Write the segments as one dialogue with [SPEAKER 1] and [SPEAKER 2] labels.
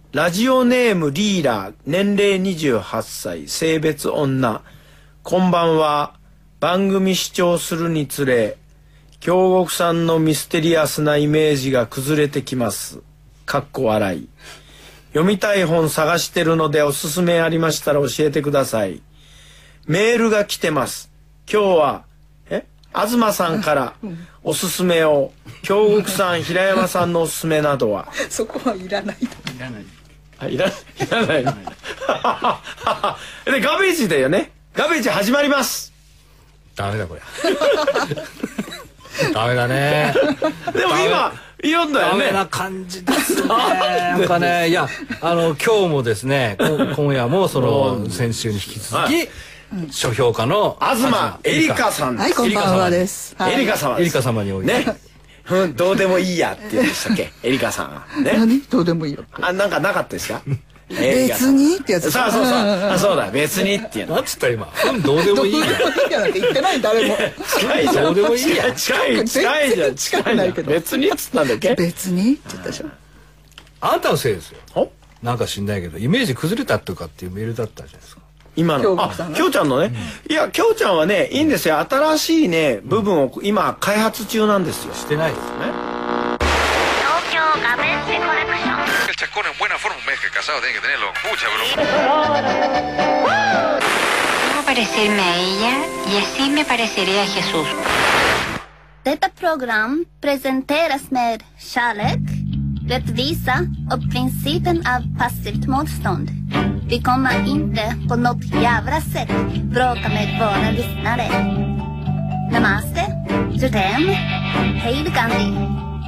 [SPEAKER 1] ラジオネームリーラー、年齢28歳、性別女。こんばんは。番組視聴するにつれ、京極さんのミステリアスなイメージが崩れてきます。かっこ笑い。読みたい本探してるのでおすすめありましたら教えてください。メールが来てます。今日は東さんからおすすめを、京極さん、平山さんのおすすめなどは。
[SPEAKER 2] そこはいらない。
[SPEAKER 1] いらない。でガベージだよね。ガベージ始まります。
[SPEAKER 3] ダメだこれ。ダメだね。
[SPEAKER 1] でも今読んだよね。
[SPEAKER 3] ダメな感じですね。なんかね、いや今日もですね、今夜もその先週に引き続き。書評家の
[SPEAKER 1] 東エリカさん。
[SPEAKER 2] はい、こんばんはです。
[SPEAKER 1] エリカ様。
[SPEAKER 3] エリカ様において
[SPEAKER 1] ね。どうでもいいやって言うんでしたっけ、エリカさんは。ね。
[SPEAKER 2] 何？どうでもいいよ。
[SPEAKER 1] なんかなかったですか？
[SPEAKER 2] 別にってやつ。
[SPEAKER 1] そう。そうだ、別にっていうの。
[SPEAKER 3] なんつった今。どうでもいいや。
[SPEAKER 2] どうでもいいやなんて言ってない誰も。
[SPEAKER 1] 近いじゃん。
[SPEAKER 3] どうでもいいや。
[SPEAKER 1] 近いじゃん。
[SPEAKER 2] 近くないけど。
[SPEAKER 1] 別にっつったんだっけ？
[SPEAKER 2] 別にって言ったでしょ。
[SPEAKER 3] あんたのせいですよ。なんか知んないけど、イメージ崩れたとかっていうメールだったじゃないですか。
[SPEAKER 1] 今のきょうちゃんのね、いやきょうちゃんはねいいんですよ。新しいね部分を今開発中なんですよ。
[SPEAKER 3] してないですね。
[SPEAKER 4] 東京ガベージコレクション。
[SPEAKER 5] El chascón en buena forma, un mes que casado tiene que tenerlo. Pucha, bro.
[SPEAKER 4] Debo parecerme a ella y así me pareceré a Jesús.
[SPEAKER 6] Detta program presenteras med kärlek, rättvisa och principen av passivt motstånd. Vi kommer inte på något jävla sätt bråka med våra lyssnare. Namaste, Jutem, hej Gandhi.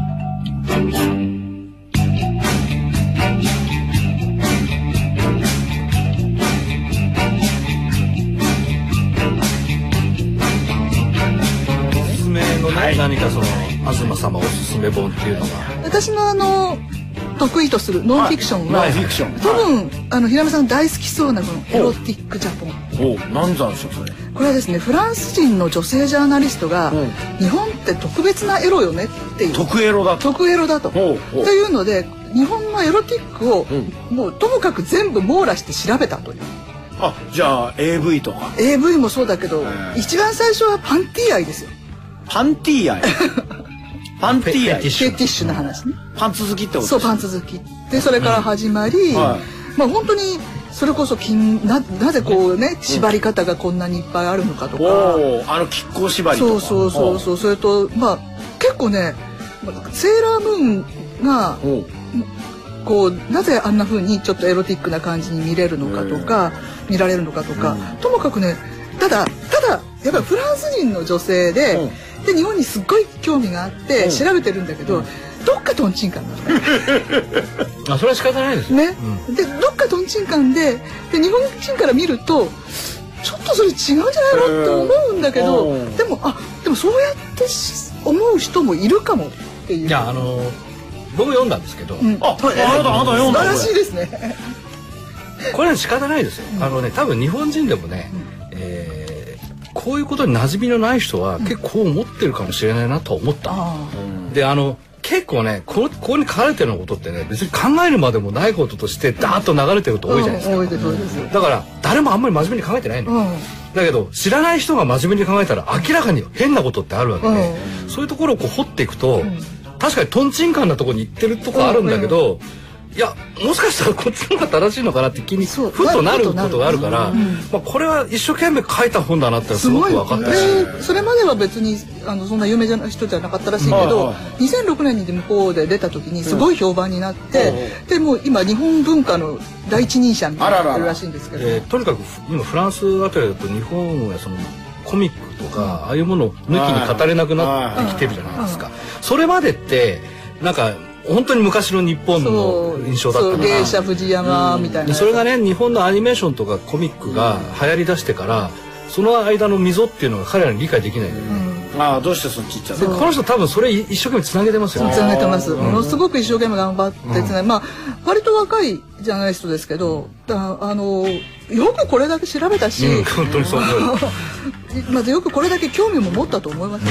[SPEAKER 3] おすすめのね、何かその東様おすすめ本っていうのが。
[SPEAKER 2] 私の得意とするノンフィクションは、多分平山さん大好きそうなこのエロティックジャポン。
[SPEAKER 1] 何なんでしょうそれ。
[SPEAKER 2] これはですね、フランス人の女性ジャーナリストが、日本って特別なエロよねっていう。
[SPEAKER 1] 特エロだと。
[SPEAKER 2] というので、日本のエロティックをもうともかく全部網羅して調べたという。
[SPEAKER 1] じゃあ AV とか。
[SPEAKER 2] AV もそうだけど、一番最初はパンティー愛ですよ。
[SPEAKER 1] パンティー愛。パンティー愛。
[SPEAKER 2] フェティッシュな話ね。
[SPEAKER 1] パンツ好きってこと。
[SPEAKER 2] そう、パンツ好きで、それから始まり、まあ本当にそれこそなぜこうね、縛り方がこんなにいっぱいあるのかとか、
[SPEAKER 1] 亀甲縛りとか。
[SPEAKER 2] そう、それとまあ結構ね、セーラームーンがこうなぜあんな風にちょっとエロティックな感じに見られるのかとか、ともかくね、ただやっぱりフランス人の女性で、日本にすっごい興味があって調べてるんだけど、どっかトンチンカンなのね。
[SPEAKER 3] それは仕方ないです
[SPEAKER 2] ね。でどっかトンチンカンで日本人から見るとちょっとそれ違うんじゃないのって思うんだけど、でもそうやって思う人もいるかもっていう。
[SPEAKER 3] いや僕読んだんですけど、
[SPEAKER 1] あなた読んだ。
[SPEAKER 2] 素晴らしいですね。
[SPEAKER 3] これは仕方ないですよ。多分日本人でもね、こういうことに馴染みのない人は結構思ってるかもしれないなと思った。で結構ねここに書かれてることってね、別に考えるまでもないこととしてダーッと流れてること多いじゃないですか。だから誰もあんまり真面目に考えてないの。だけど知らない人が真面目に考えたら明らかに変なことってあるわけで、そういうところをこう掘っていくと、確かにトンチンカンなところに行ってるとこあるんだけど、いやもしかしたらこっちの方が正しいのかなって気にふっとなることがあるから、これは一生懸命書いた本だなってすごく分かったし、
[SPEAKER 2] それまでは別にそんな有名な人じゃなかったらしいけど、2006年に向こうで出た時にすごい評判になって、でもう今日本文化の第一人者になってるらしいんですけど、
[SPEAKER 3] とにかく今フランスあたりだと日本はそのコミックとかああいうものを抜きに語れなくなってきてるじゃないですか。それまでってなんか本当に昔の日本の印象だったのが、
[SPEAKER 2] 芸者藤山みたいな、
[SPEAKER 3] それがね日本のアニメーションとかコミックが流行りだしてから、その間の溝っていうのが彼らに理解できないんだよね。
[SPEAKER 1] どうしてそっち行っちゃうの。
[SPEAKER 3] この人多分それ一生懸命つなげてますよね。
[SPEAKER 2] つなげてます。ものすごく一生懸命頑張ってつなげ、まあ割と若いジャーナリストですけど、よくこれだけ調べたし、
[SPEAKER 3] 本当にそう思う。
[SPEAKER 2] まずよくこれだけ興味も持ったと思います。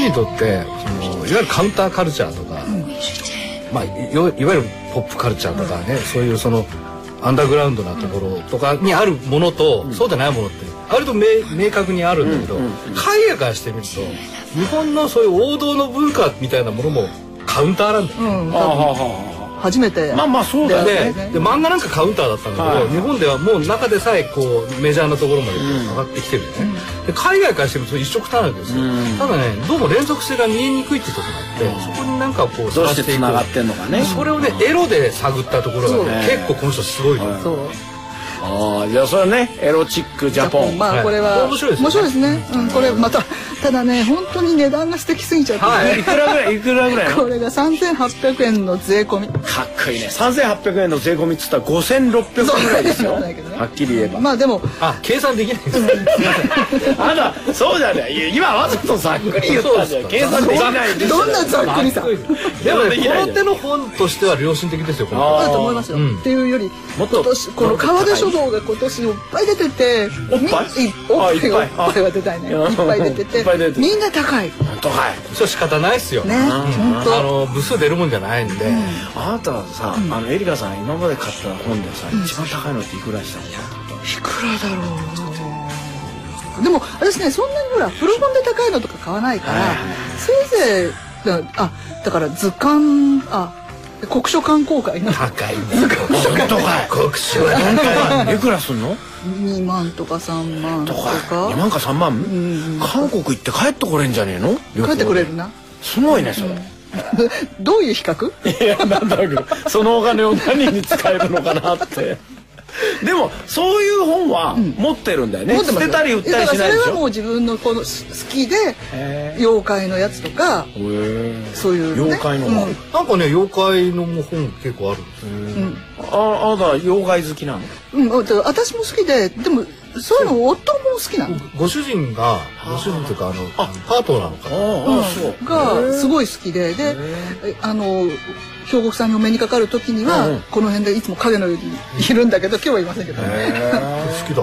[SPEAKER 3] 人にとってそのいわゆるカウンターカルチャーとか、まあ、いわゆるポップカルチャーとかね、そういうそのアンダーグラウンドなところとかにあるものと、そうでないものって割と明確にあるんだけど、海外からしてみると日本のそういう王道の文化みたいなものもカウンターなんだよね。
[SPEAKER 2] 初めて
[SPEAKER 1] まあそうだよね。
[SPEAKER 3] で漫画なんかカウンターだったんだけど、日本ではもう中でさえこうメジャーなところまで上がってきてるよね。で海外からしてみると一色たなわけですよ。ただね、どうも連続性が見えにくいってところがあって、そこになんかこう
[SPEAKER 1] どうして繋がってんのかね。
[SPEAKER 3] それをねエロで探ったところがね、結構この人すごいの。
[SPEAKER 2] そう。
[SPEAKER 1] じゃあそれはね、エロチックジャポン。
[SPEAKER 2] まあこれは
[SPEAKER 3] 面白いですね。
[SPEAKER 2] 面白いですね。これまたただね、本当に値段が素敵すぎちゃって、
[SPEAKER 1] いくらぐらい
[SPEAKER 2] これが3800円の税込み。
[SPEAKER 1] かっこいいね。3800円の税込みっつったら5600円ぐらいですよ。はっきり言えば。
[SPEAKER 2] まあでも
[SPEAKER 3] 計算できないです。
[SPEAKER 1] あなたそうじゃない。今わざとざっくり言ったじゃん。計算できないです。
[SPEAKER 2] どんなざっくりさ。
[SPEAKER 3] でもね、この手の本としては良心的ですよ。
[SPEAKER 2] だと思いますよ。っていうより今年この川出書道が今年いっぱい出てて、
[SPEAKER 1] おっぱい
[SPEAKER 2] いっぱいは出たいね。いっぱい出てて、みんな高い。
[SPEAKER 1] 高い。
[SPEAKER 3] それ仕方ないっすよ。
[SPEAKER 2] ね、本当。
[SPEAKER 3] 部数出るもんじゃないんで。
[SPEAKER 1] あなたはさ、エリカさん今まで買った本でさ、一番高いのっていくらしたの？
[SPEAKER 2] いくらだろう。でも私ね、そんなにほら古本で高いのとか買わないから、せいぜいだから図鑑国書観光会の
[SPEAKER 3] 高いね。
[SPEAKER 1] 国書観光いくらすんの
[SPEAKER 2] ？2万とか3万とか。
[SPEAKER 1] 2万か3万？韓国行って帰ってこれんじゃねえの？
[SPEAKER 2] 帰ってこれるな。
[SPEAKER 1] すごいねそれ。
[SPEAKER 2] どういう比較？
[SPEAKER 1] いやなんとなくそのお金を何に使えるのかなって。でもそういう本は持ってるんだよね。捨てたり売ったりしないでしょ。
[SPEAKER 2] それはもう自分のこの好きで妖怪のやつとかそういう
[SPEAKER 1] 妖怪の本。
[SPEAKER 3] なんかね妖怪の本結構あるんですよ。
[SPEAKER 1] あなた妖怪好きなの？
[SPEAKER 2] 私も好きで、でもそういうの夫も好きなの。
[SPEAKER 3] ご主人というかパートナー
[SPEAKER 2] がすごい好きで、兵庫さんにお目にかかる時にはこの辺でいつも影のようにいるんだけど、今日はいませんけど。
[SPEAKER 3] 好きだって言うからどこだ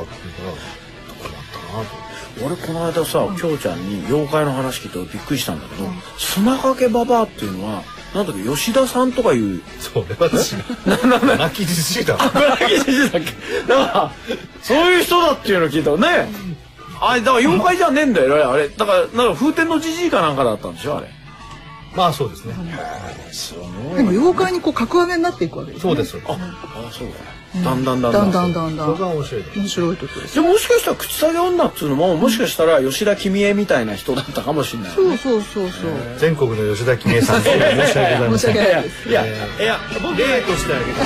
[SPEAKER 3] ったなと。
[SPEAKER 1] 俺この間さ、きょうちゃんに妖怪の話聞いてびっくりしたんだけど、砂かけババアっていうのはなんだっけ、吉田さんとかいう。
[SPEAKER 3] それは私泣きじじいだ。
[SPEAKER 1] 泣きじじいだっけ。だからそういう人だっていうの聞いたね。あれだから妖怪じゃねえんだよあれ。だからなんか風天のじじいかなんかだったんでしょあれ。
[SPEAKER 3] まあそうですね。
[SPEAKER 2] でも妖怪にこう格上げになっていくわけです。
[SPEAKER 3] そうです。
[SPEAKER 1] そうだ。だんだん。
[SPEAKER 2] それ
[SPEAKER 3] が面白い。
[SPEAKER 2] 面白いところです。
[SPEAKER 1] じゃあもしかしたら口下げ女っつうのももしかしたら吉田君江みたいな人だったかもしれない。
[SPEAKER 2] そう。
[SPEAKER 3] 全国の吉田君江さん申し訳ございません。
[SPEAKER 2] い
[SPEAKER 1] や僕例としてあげて。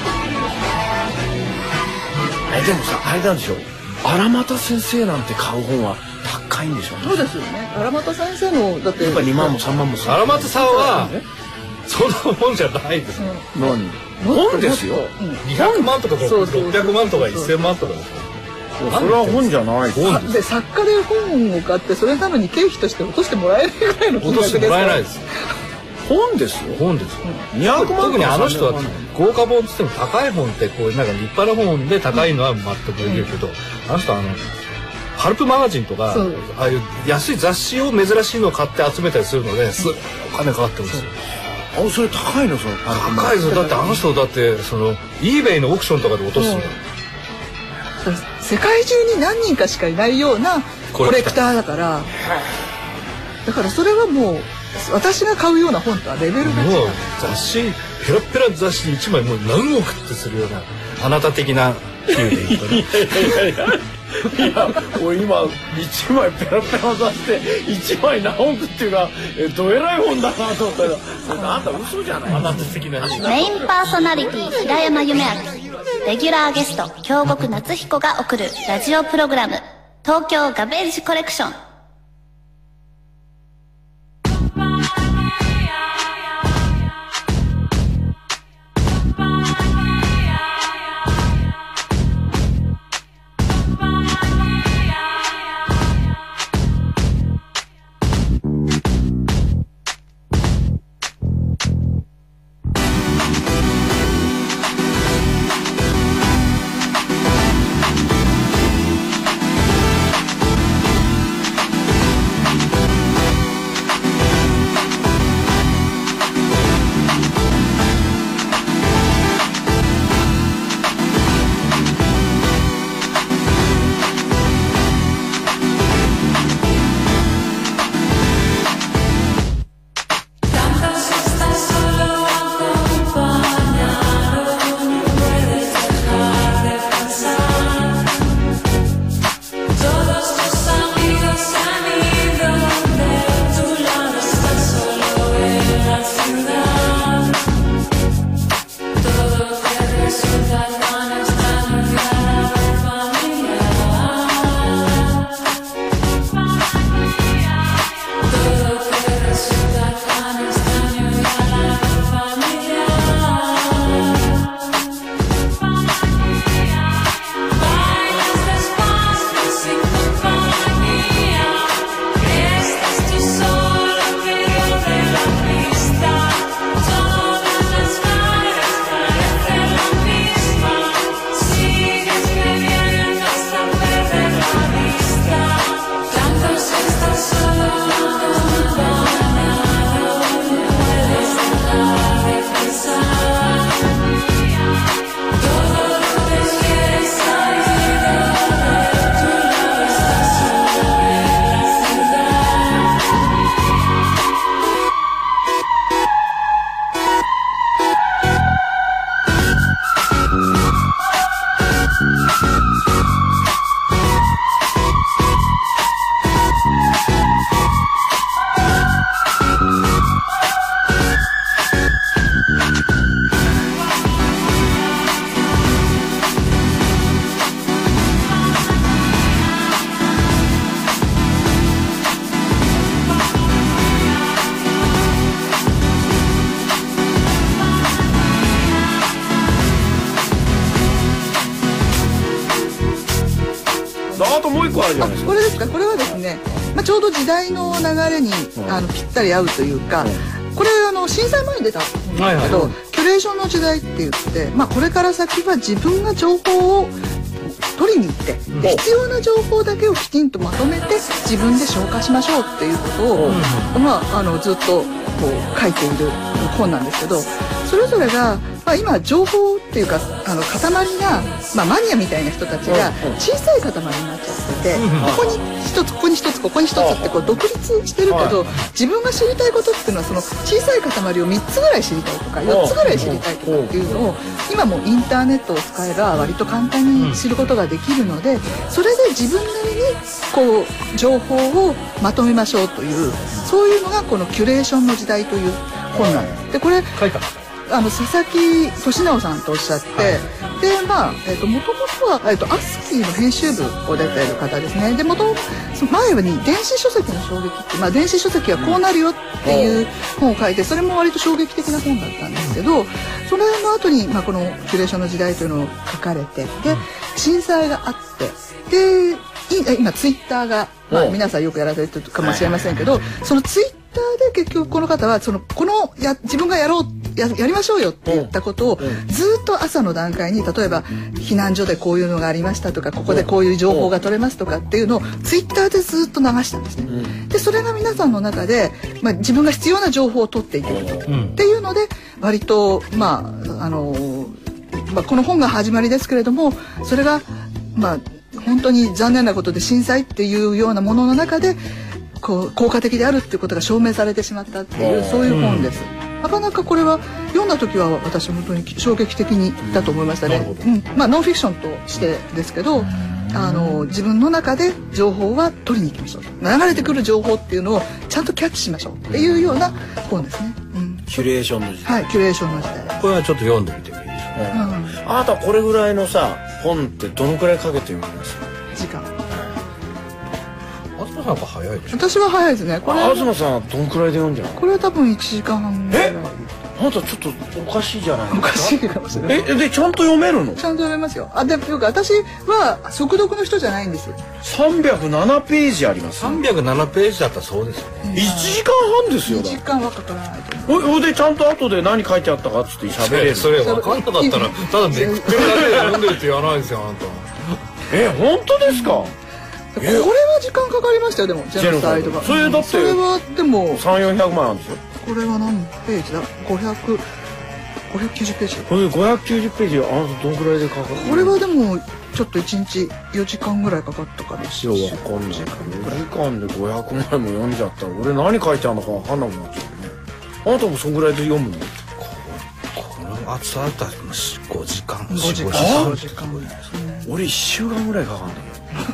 [SPEAKER 1] でもさあれなんでしょ。荒俣先生なんて買う本は高いんでしょうね。
[SPEAKER 2] そうですよね。荒俣先生のだって
[SPEAKER 1] やっぱ2万も3万も
[SPEAKER 3] 荒俣さんはそんな本じゃないですよ。
[SPEAKER 1] 何？本ですよ。
[SPEAKER 3] 200万とか600万とか1000万とかですよ。
[SPEAKER 1] それは本じゃない。
[SPEAKER 2] で作家で本を買ってそれなのに経費として落としてもらえないぐらいの金額ですから。落としてもらえないです。
[SPEAKER 1] 本ですよ。
[SPEAKER 3] 本ですよ。
[SPEAKER 1] 200万。
[SPEAKER 3] 特にあの人は豪華本っつっても高い本ってこうなんか立派な本で高いのは全くできるけど、あの人はパルプマガジンとかああいう安い雑誌を珍しいのを買って集めたりするのですごいお金かかってるんですよ。
[SPEAKER 1] それ高いのそのパルプマ
[SPEAKER 3] ガジン。高いぞ。だってあの人だってその eBay のオークションとかで落とすんだ。
[SPEAKER 2] 世界中に何人かしかいないようなコレクターだから、だからそれはもう私が買うような本とはレベルが違う。
[SPEAKER 3] もう雑誌ペラペラ雑誌1枚もう何億ってするようなあなた的な比喩で言うとね。
[SPEAKER 1] いや俺今1枚ペラペラ雑誌で1枚何億っていうかどえらい本だなと思ったらあんた嘘じゃない。
[SPEAKER 3] あなた的な
[SPEAKER 6] メインパーソナリティ平山夢明、レギュラーゲスト京極夏彦が送るラジオプログラム東京ガベージコレクション。
[SPEAKER 1] 一個あるじゃないですか。
[SPEAKER 2] これですか。これはですね、ちょうど時代の流れにぴったり合うというか、これ震災前に出たんですけど、キュレーションの時代って言って、これから先は自分が情報を取りに行ってで必要な情報だけをきちんとまとめて自分で消化しましょうっていうことを、ずっとこう書いている本なんですけど、それぞれが、今情報っていうか塊が、マニアみたいな人たちが小さい塊になっちゃってて、ここに一つここに一つここに一つってこう独立してるけど、自分が知りたいことっていうのはその小さい塊を3つぐらい知りたいとか4つぐらい知りたいとかっていうのを今もインターネットを使えば割と簡単に知ることができるので、それで自分なりにこう情報をまとめましょうという、そういうのがこのキュレーションの時代という本なんです。でこれ佐々木俊直さんとおっしゃって、でもともとはアスキーの編集部を出ている方ですね。で前に電子書籍の衝撃って、電子書籍はこうなるよっていう本を書いて、それも割と衝撃的な本だったんですけど、それの後にこのキュレーションの時代というのを書かれて、で震災があって、で今ツイッターが、皆さんよくやられてるかもしれませんけど、そのツイッターで結局この方は自分がやりましょうよって言ったことをずっと朝の段階に、例えば避難所でこういうのがありましたとか、ここでこういう情報が取れますとかっていうのをツイッターでずっと流したんですね。でそれが皆さんの中で、自分が必要な情報を取っていけるっていうので、割とこの本が始まりですけれども、それが本当に残念なことで震災っていうようなものの中で効果的であるっていうことが証明されてしまったっていう、そういう本です。なかなかこれは読んだ時は私本当に衝撃的にだと思いましたね。ノンフィクションとしてですけど、自分の中で情報は取りに行きましょう、流れてくる情報っていうのをちゃんとキャッチしましょうっていうような本ですね。
[SPEAKER 1] キュレーションの時代。
[SPEAKER 2] キュレーションの時代。
[SPEAKER 3] これはちょっと読んでみてもいいですか。
[SPEAKER 1] あなたこれぐらいのさ本ってどのくらいかけて読みます？
[SPEAKER 2] 時間。
[SPEAKER 3] 東さんが早いでしょ。
[SPEAKER 2] 私は早いですね。これ
[SPEAKER 1] 東さんはどのくらいで読んじゃう？
[SPEAKER 2] これは多分1時間半ぐらい。
[SPEAKER 1] あなたちょっとおかしいじゃないですか。
[SPEAKER 2] おかしいかもしれない。
[SPEAKER 1] でちゃんと読めるの？
[SPEAKER 2] ちゃんと読めますよ。でも私は速読の人じゃないんですよ。
[SPEAKER 1] 307ページあります。
[SPEAKER 3] 307ページだったらそうですよね。
[SPEAKER 1] 1時間半ですよ。
[SPEAKER 2] 1時間はかからないと思う。
[SPEAKER 1] ほいでちゃんと後で何書いてあったかっつって喋れる。
[SPEAKER 3] それ分かんなかったらただめくってるだけで読んでるって言わないですよ、あなた。
[SPEAKER 1] 本当ですか？
[SPEAKER 2] これは時間かかりましたよ。でもジェノサイドが
[SPEAKER 1] それだって
[SPEAKER 2] それはでも
[SPEAKER 1] 300-400万あるんですよ。
[SPEAKER 2] これは何ページだ？590ページ。
[SPEAKER 1] これ590ページあなたどのくらいでかかる？
[SPEAKER 2] これはでもちょっと1日4時間ぐらいかかったかもしれない。
[SPEAKER 1] わかんない。4時間で500枚も読んじゃったら俺何書いてあるのか分かんなくなっちゃうね。あなたもそんぐらいで読むの？
[SPEAKER 3] この厚さだったら5時間
[SPEAKER 2] 5時間ぐらい。
[SPEAKER 1] 俺1週間ぐらいかかんだよ。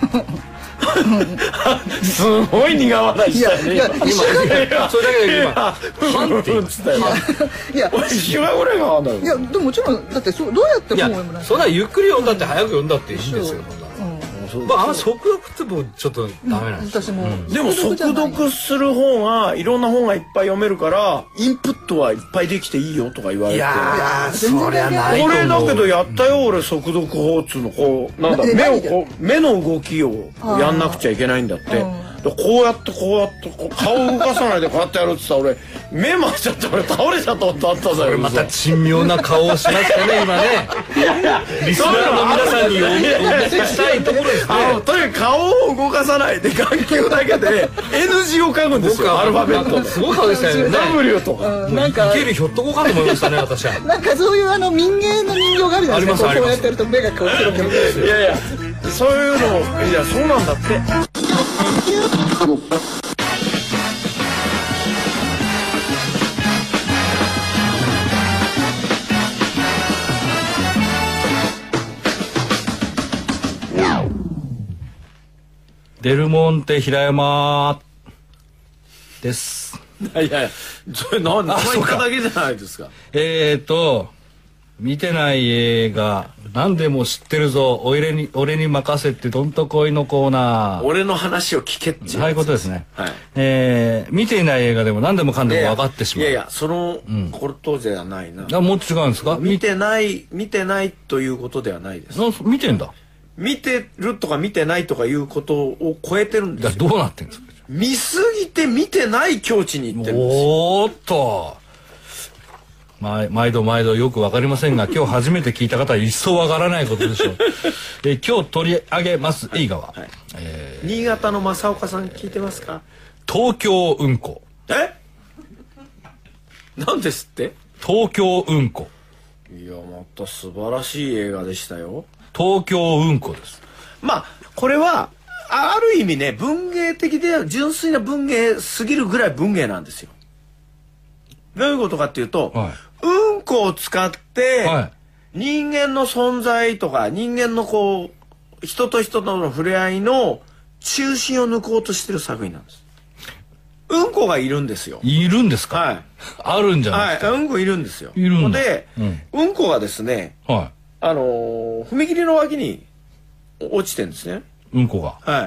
[SPEAKER 1] すごい苦笑いしたよね。
[SPEAKER 3] 今それだけで今半って言ったよ。
[SPEAKER 2] いや
[SPEAKER 1] 俺1週間ぐらいかかんだよ。
[SPEAKER 2] いやでももちろんだってどうやって本を読むの？
[SPEAKER 3] そんなゆっくり読んだって早く読んだっていいんですよ。速読ってもうちょっとダメなんですよ。
[SPEAKER 2] 私も
[SPEAKER 1] でも速読する方がいろんな本がいっぱい読めるからインプットはいっぱいできていいよとか言われて。
[SPEAKER 3] いやそりゃないと思う。
[SPEAKER 1] これだけどやったよ俺速読法っつうの目の動きをやんなくちゃいけないんだって。こうやって顔動かさないでこうやってやるってさ俺目回しちゃって俺倒れちゃったことあったぞ。
[SPEAKER 3] また珍妙な顔をしましたね今ね。リスナーの皆さんにお見せしたいところですね。
[SPEAKER 1] とにかく顔を動かさないで眼球だけで N 字を書くんですよ。アルファベット
[SPEAKER 3] すごい顔でしたよね。
[SPEAKER 1] W とか
[SPEAKER 2] なんか
[SPEAKER 3] いけるひょっとこかと思いましたね私は。
[SPEAKER 2] なんかそういう民芸の人形があるじゃないですか。こうやってると目がこうキロキロ。
[SPEAKER 1] いやそういうのいやそうなんだって。
[SPEAKER 3] デルモンテ平山です。
[SPEAKER 1] いやそれ名前言っただけじゃないですか。
[SPEAKER 3] 見てない映画何でも知ってるぞ俺に任せってどんとこいのコーナー。
[SPEAKER 1] 俺の話を聞けって
[SPEAKER 3] そういうことですね。
[SPEAKER 1] はい。
[SPEAKER 3] 見ていない映画でも何でもかんでも分かってしまう。
[SPEAKER 1] いやそのことじゃないな。
[SPEAKER 3] もっと違うんですか？
[SPEAKER 1] 見てないということではないです。
[SPEAKER 3] 見てんだ。
[SPEAKER 1] 見てるとか見てないとかいうことを超えてるんですよ。
[SPEAKER 3] どうなってんですか。
[SPEAKER 1] 見すぎて見てない境地に行ってるんですよ。
[SPEAKER 3] おーっと毎度よくわかりませんが今日初めて聞いた方は一層わからないことでしょう。今日取り上げます映画は、
[SPEAKER 1] はい、新潟の正岡さん聞いてますか。
[SPEAKER 3] 東京うんこ。
[SPEAKER 1] なんですって。
[SPEAKER 3] 東京うんこ。
[SPEAKER 1] いやまた素晴らしい映画でしたよ。
[SPEAKER 3] 東京うんこです。
[SPEAKER 1] まあこれはある意味ね文芸的で純粋な文芸すぎるぐらい文芸なんですよ。どういうことかっていうと、はい、うんこを使って、はい、人間の存在とか人間のこう人と人との触れ合いの中心を抜こうとしてる作品なんです。うんこがいるんですよ。
[SPEAKER 3] いるんですか。はい。あるんじゃないですか。
[SPEAKER 1] はい、うんこいるんですよ。
[SPEAKER 3] いるんだ。
[SPEAKER 1] で、うんこがですね、はい、踏切の脇に落ちてるんですね。
[SPEAKER 3] うんこが。
[SPEAKER 1] はい。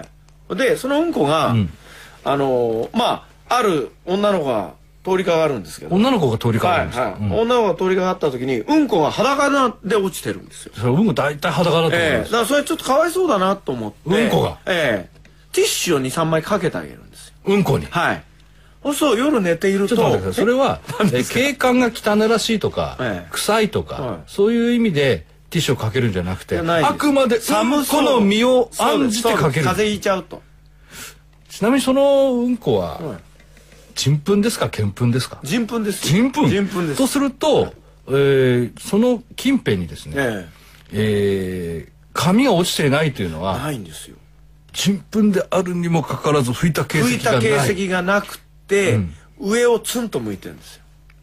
[SPEAKER 1] で、そのうんこが、まあある女の子が通りかかるんですけど。
[SPEAKER 3] 女の子が通りかかるんですか。はい、
[SPEAKER 1] はい、女の子が通りかかった時にうんこが裸で落ちてるんですよ。
[SPEAKER 3] それうんこ大体裸だと思います。
[SPEAKER 1] だからそれちょっとかわいそうだなと思って。
[SPEAKER 3] うんこが。
[SPEAKER 1] ティッシュを2、3枚かけてあげるんですよ。
[SPEAKER 3] うんこに。
[SPEAKER 1] はい。そう夜寝ていると。
[SPEAKER 3] ちょっと待ってください。それは景観が汚らしいとか、臭いとか、そういう意味でティッシュをかけるんじゃなくて、あくまでうんこの身を案じてかける。
[SPEAKER 1] 風邪ひいちゃうと。
[SPEAKER 3] ちなみにそのうんこは人糞ですか検糞ですか。
[SPEAKER 1] 人糞です。
[SPEAKER 3] 人糞。
[SPEAKER 1] 人糞です。
[SPEAKER 3] とすると、その近辺にですね、紙が落ちていないというのは
[SPEAKER 1] ないんですよ。
[SPEAKER 3] 人糞であるにもかかわらず拭いた形跡がない。
[SPEAKER 1] 拭いた形跡がなくて、上をツンと向いてるんですよ。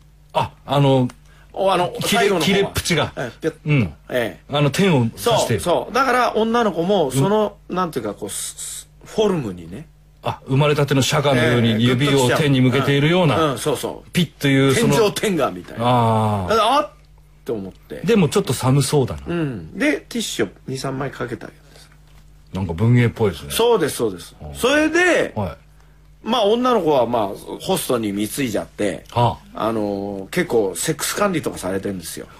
[SPEAKER 3] 切れっぷちが、天を刺してる。
[SPEAKER 1] そうだから女の子もその、なんていうかこうフォルムにね、
[SPEAKER 3] 生まれたての釈迦のように指を天に向けているような、ピッという
[SPEAKER 1] 天上天下みたいな。あっって思って。
[SPEAKER 3] でもちょっと寒そうだな。
[SPEAKER 1] でティッシュを2、3枚かけてあげるんです。
[SPEAKER 3] なんか文芸っぽいですね。
[SPEAKER 1] そうですそうです。それで、まあ女の子はまあホストに貢いじゃって、結構セックス管理とかされてるんですよ。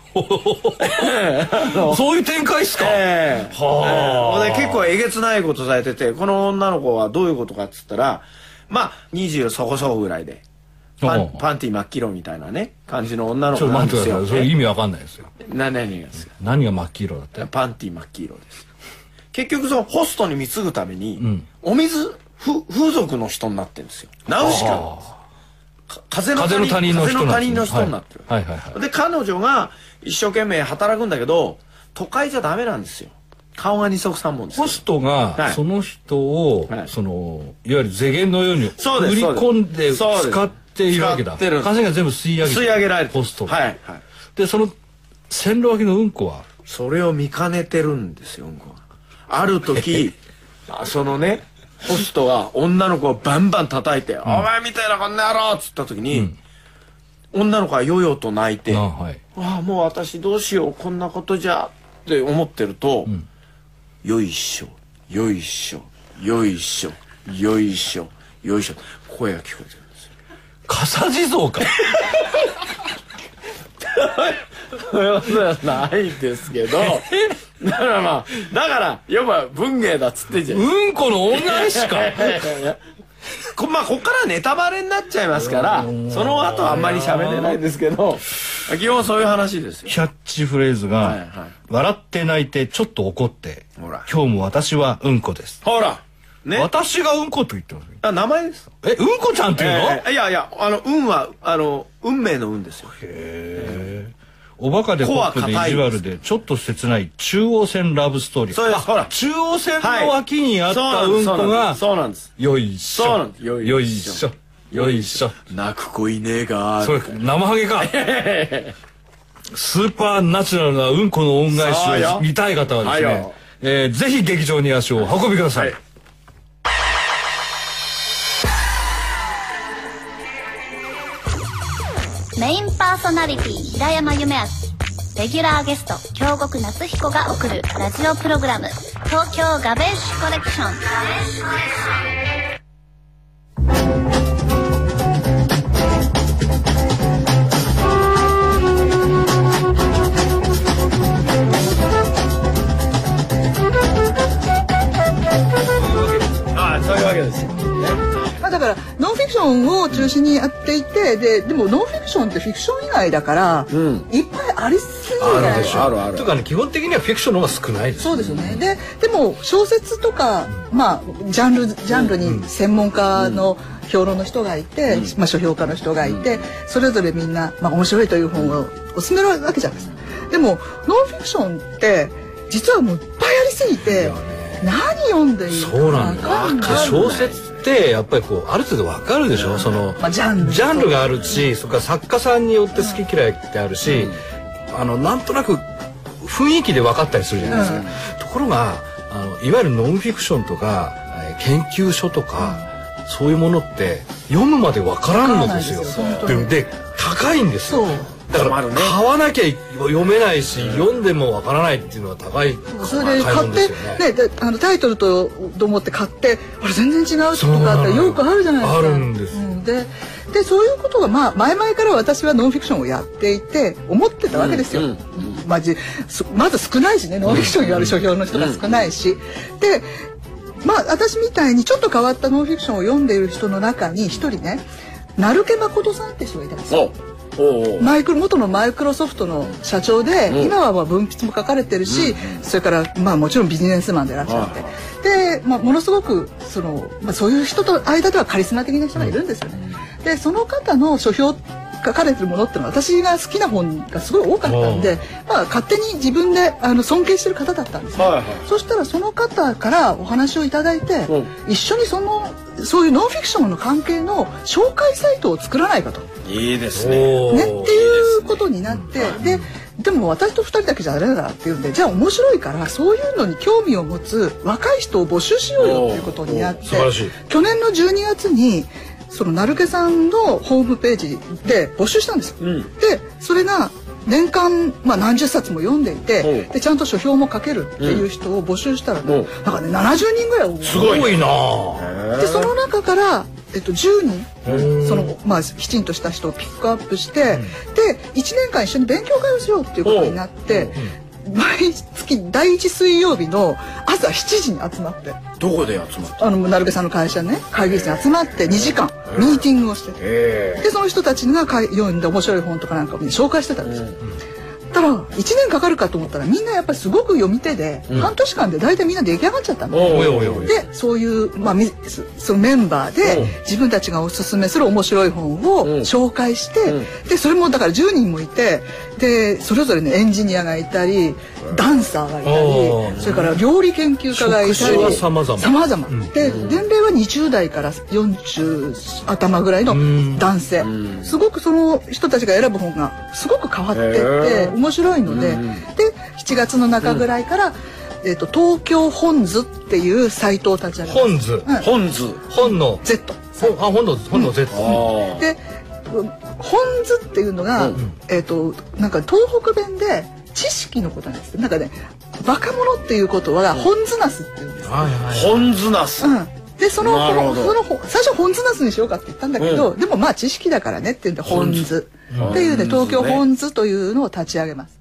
[SPEAKER 3] そういう展開ですか。
[SPEAKER 1] で結構えげつないことされてて、この女の子はどういうことかっつったら、まあ20そこそこぐらいでパンティ真っ黄色みたいなね感じの女の子なんですよ。
[SPEAKER 3] それ意味わかんないですよ。
[SPEAKER 1] 何がですか。
[SPEAKER 3] 何が真っ黄色だって。
[SPEAKER 1] パンティ真っ黄色です。結局そのホストに貢ぐために、お水風俗の人になってるんですよ。ナウシカなんです。風の他人の人になってる。で彼女が一生懸命働くんだけど都会じゃダメなんですよ。顔が二足三本です。
[SPEAKER 3] ホストがその人をそのいわゆる税源のように売り込んで使っているわけだ。金が全部吸い上げられるホスト。でその線路脇のうんこは
[SPEAKER 1] それを見かねてるんですよ。うんこがある時そのねホストが女の子をバンバン叩いて「お前みたいなこんな野郎!」っつった時に、女の子はよよと泣いて「ああもう私どうしようこんなことじゃ」って思ってると「よいしょよいしょよいしょよいしょよいしょ」声が聞こえてるんですよ。
[SPEAKER 3] 笠地蔵か。
[SPEAKER 1] ないですけどだから要は文芸だっつってんじゃん。
[SPEAKER 3] うんこの恩返しか。
[SPEAKER 1] まあこっからネタバレになっちゃいますからその後はあんまり喋れないですけど基本そういう話ですよ。
[SPEAKER 3] キャッチフレーズが笑って泣いてちょっと怒って今日も私はうんこです。
[SPEAKER 1] ほらね、
[SPEAKER 3] 私がうんこと言ってます。
[SPEAKER 1] 名前です。
[SPEAKER 3] うんこちゃんっていうの？
[SPEAKER 1] いや運は運命の運ですよ。
[SPEAKER 3] へえ。おバカでポップで意地悪でちょっと切ない中央線ラブストーリー。
[SPEAKER 1] そうです。ほら
[SPEAKER 3] 中央線の脇にあったうんこが
[SPEAKER 1] そうなんです。
[SPEAKER 3] よいしょよいしょよいしょ。
[SPEAKER 1] 泣く子いねえが。
[SPEAKER 3] それ生ハゲか。スーパーナチュラルなうんこの恩返しを見たい方はですね、ぜひ劇場に足を運びください。
[SPEAKER 6] メインパーソナリティ平山夢明、レギュラーゲスト京極夏彦が送るラジオプログラム東京ガベッシュコレクション。
[SPEAKER 2] 中心にやっていて、でもノンフィクションってフィクション以外だから、いっぱいありすぎるじゃないですか。
[SPEAKER 3] というかね、基本的にはフィクションの方が少ないです。
[SPEAKER 2] そうですよね。でも小説とか、まあジャンルに専門家の評論の人がいて、まあ書評家の人がいて、それぞれみんな、まあ、面白いという本をお勧めるわけじゃないですか。でもノンフィクションって実はもういっぱいありすぎて、何読んでいいか分かんない。
[SPEAKER 3] 小説ってやっぱりこうある程度分かるでしょ。その、
[SPEAKER 2] まあ、ジャンル
[SPEAKER 3] があるし、それから作家さんによって好き嫌いってあるし、なんとなく雰囲気で分かったりするじゃないですか。ところがいわゆるノンフィクションとか研究書とか、そういうものって読むまで分からんのですよ。で高いんですよ。だから買わなきゃ読めないし、読んでもわからないっていうのは高い。
[SPEAKER 2] それで買ってね、タイトルと思って買って、あれ全然違うとかってよくあるじゃないですか。
[SPEAKER 3] あるんです。
[SPEAKER 2] でそういうことがまあ前々から私はノンフィクションをやっていて思ってたわけですよ。まず少ないしね、ノンフィクションやる書評の人が少ないし、でまあ私みたいにちょっと変わったノンフィクションを読んでいる人の中に一人ね、成毛誠さんって人がいたんですよ。元のマイクロソフトの社長で、今はまあ文筆も書かれてるし、それからまあもちろんビジネスマンでいらっしゃって、で、まあ、ものすごくそういう人と間ではカリスマ的な人がいるんですよね。でその方の書評書かれてるものってのは私が好きな本がすごい多かったんで、まあ、勝手に自分で尊敬してる方だったんですよ。そしたらその方からお話をいただいて、一緒にそういうノンフィクションの関係の紹介サイトを作らないかと。
[SPEAKER 1] いいですね。
[SPEAKER 2] っていうことになって、でも私と2人だけじゃダメだっていうんで、じゃあ面白いからそういうのに興味を持つ若い人を募集しようよということになって、去年の12月にその成毛さんのホームページで募集したんですよ。でそれが年間、まあ、何十冊も読んでいて、でちゃんと書評も書けるっていう人を募集したらね、なんかね70人ぐらい応募。
[SPEAKER 3] すごいな。
[SPEAKER 2] でその中から10人まあきちんとした人をピックアップして、で1年間一緒に勉強会をしようっていうことになって、毎月第1水曜日の朝7時に集まって。
[SPEAKER 1] どこで集まって？
[SPEAKER 2] 成毛さんの会社ね、会議室に集まって2時間ミーティングをしてて、でその人たちが読んで面白い本とかなんかを紹介してたんですよ。たら1年かかるかと思ったら、みんなやっぱりすごく読み手で、半年間で大体みんな出来上がっちゃったの。でそういう、まあ、そのメンバーで自分たちがおすすめする面白い本を紹介して、でそれもだから10人もいて、でそれぞれねエンジニアがいたりダンサーがいたり、それから料理研究家がいたり、様々で年齢は20代から40頭ぐらいの男性、すごくその人たちが選ぶ本がすごく変わってって面白いので、で7月の中ぐらいから、東京本図っていうサイトを立ち上げます。
[SPEAKER 3] 本の
[SPEAKER 2] Z。
[SPEAKER 3] 本の Z。
[SPEAKER 2] で本図っていうのが、なんか東北弁で知識のことなんです。なんかね、バカ者っていうことは本図ナスっていうんです。
[SPEAKER 1] 本図ナス。
[SPEAKER 2] で最初本図ナスにしようかって言ったんだけど、でもまあ知識だからねっていうんで本図っていうね、東京本図というのを立ち上げます。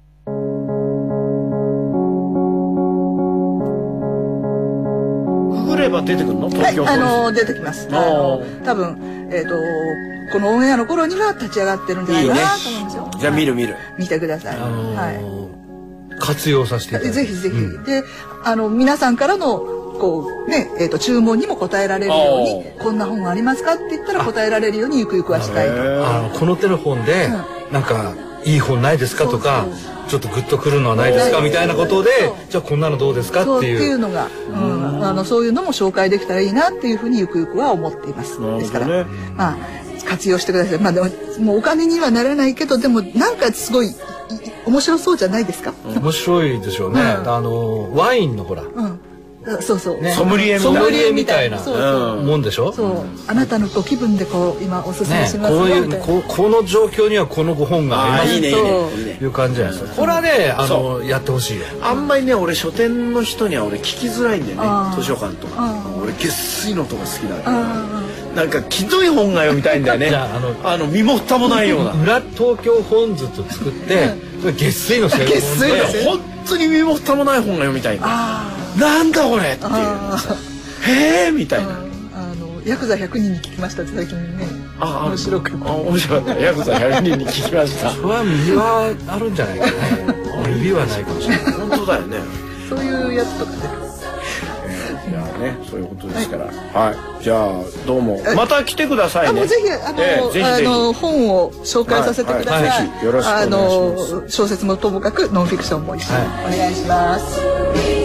[SPEAKER 1] ググれば出てくるの？東京本図。
[SPEAKER 2] 出てきます。多分このオンエアの頃には立ち上がってるんじゃないかなと思うんですよ。
[SPEAKER 1] じゃあ見
[SPEAKER 2] てください。
[SPEAKER 3] 活用させていただいて。
[SPEAKER 2] ぜひぜひ。で皆さんからのこうね、注文にも答えられるように、こんな本ありますかって言ったら答えられるようにゆくゆくはしたいと。
[SPEAKER 3] この手の本で、なんかいい本ないですかとか、ちょっとグッとくるのはないですかみたいなことで、じゃあこんなのどうですかっていうのが、
[SPEAKER 2] そういうのも紹介できたらいいなっていうふうにゆくゆくは思っています。ですから、まあ活用してください。まあでももうお金にはならないけど、でもなんかすごい面白そうじゃないですか。
[SPEAKER 3] 面白いでしょうね。ワインのほら。
[SPEAKER 2] そうそう、
[SPEAKER 1] ソムリエ
[SPEAKER 3] みたいなもんでしょ。
[SPEAKER 2] そう、あなたのご気分でこう今おすすめしますよって、
[SPEAKER 3] この状況にはこの5本がありますという感じじゃないですか。これはねやってほしいよ。
[SPEAKER 1] あんまりね、俺書店の人には俺聞きづらいんでね、図書館とか俺下水のとか好きだから、なんかひどい本が読みたいんだよね。身も蓋もないような
[SPEAKER 3] 裏東京本図と作って下水の専門で
[SPEAKER 1] 本当に身も蓋もない本が読みたいんだ。なんだこれっていう、へえみたいな。
[SPEAKER 2] ヤクザ100人に聞きましたって最近ね。 面白かった。
[SPEAKER 1] 面白かった。ヤクザ100人に聞きました。
[SPEAKER 3] それは右はあるんじゃないかね。指はないかもしれない。
[SPEAKER 1] 本当だよね。
[SPEAKER 2] そういうやつとかね。
[SPEAKER 1] じゃあね、そういうことですから。はい。じゃあどうもまた来てくださいね。
[SPEAKER 2] ぜひ本を紹介させてください。
[SPEAKER 1] ぜひよろしくお願いします。
[SPEAKER 2] 小説もともかくノンフィクションも一緒にお願いします。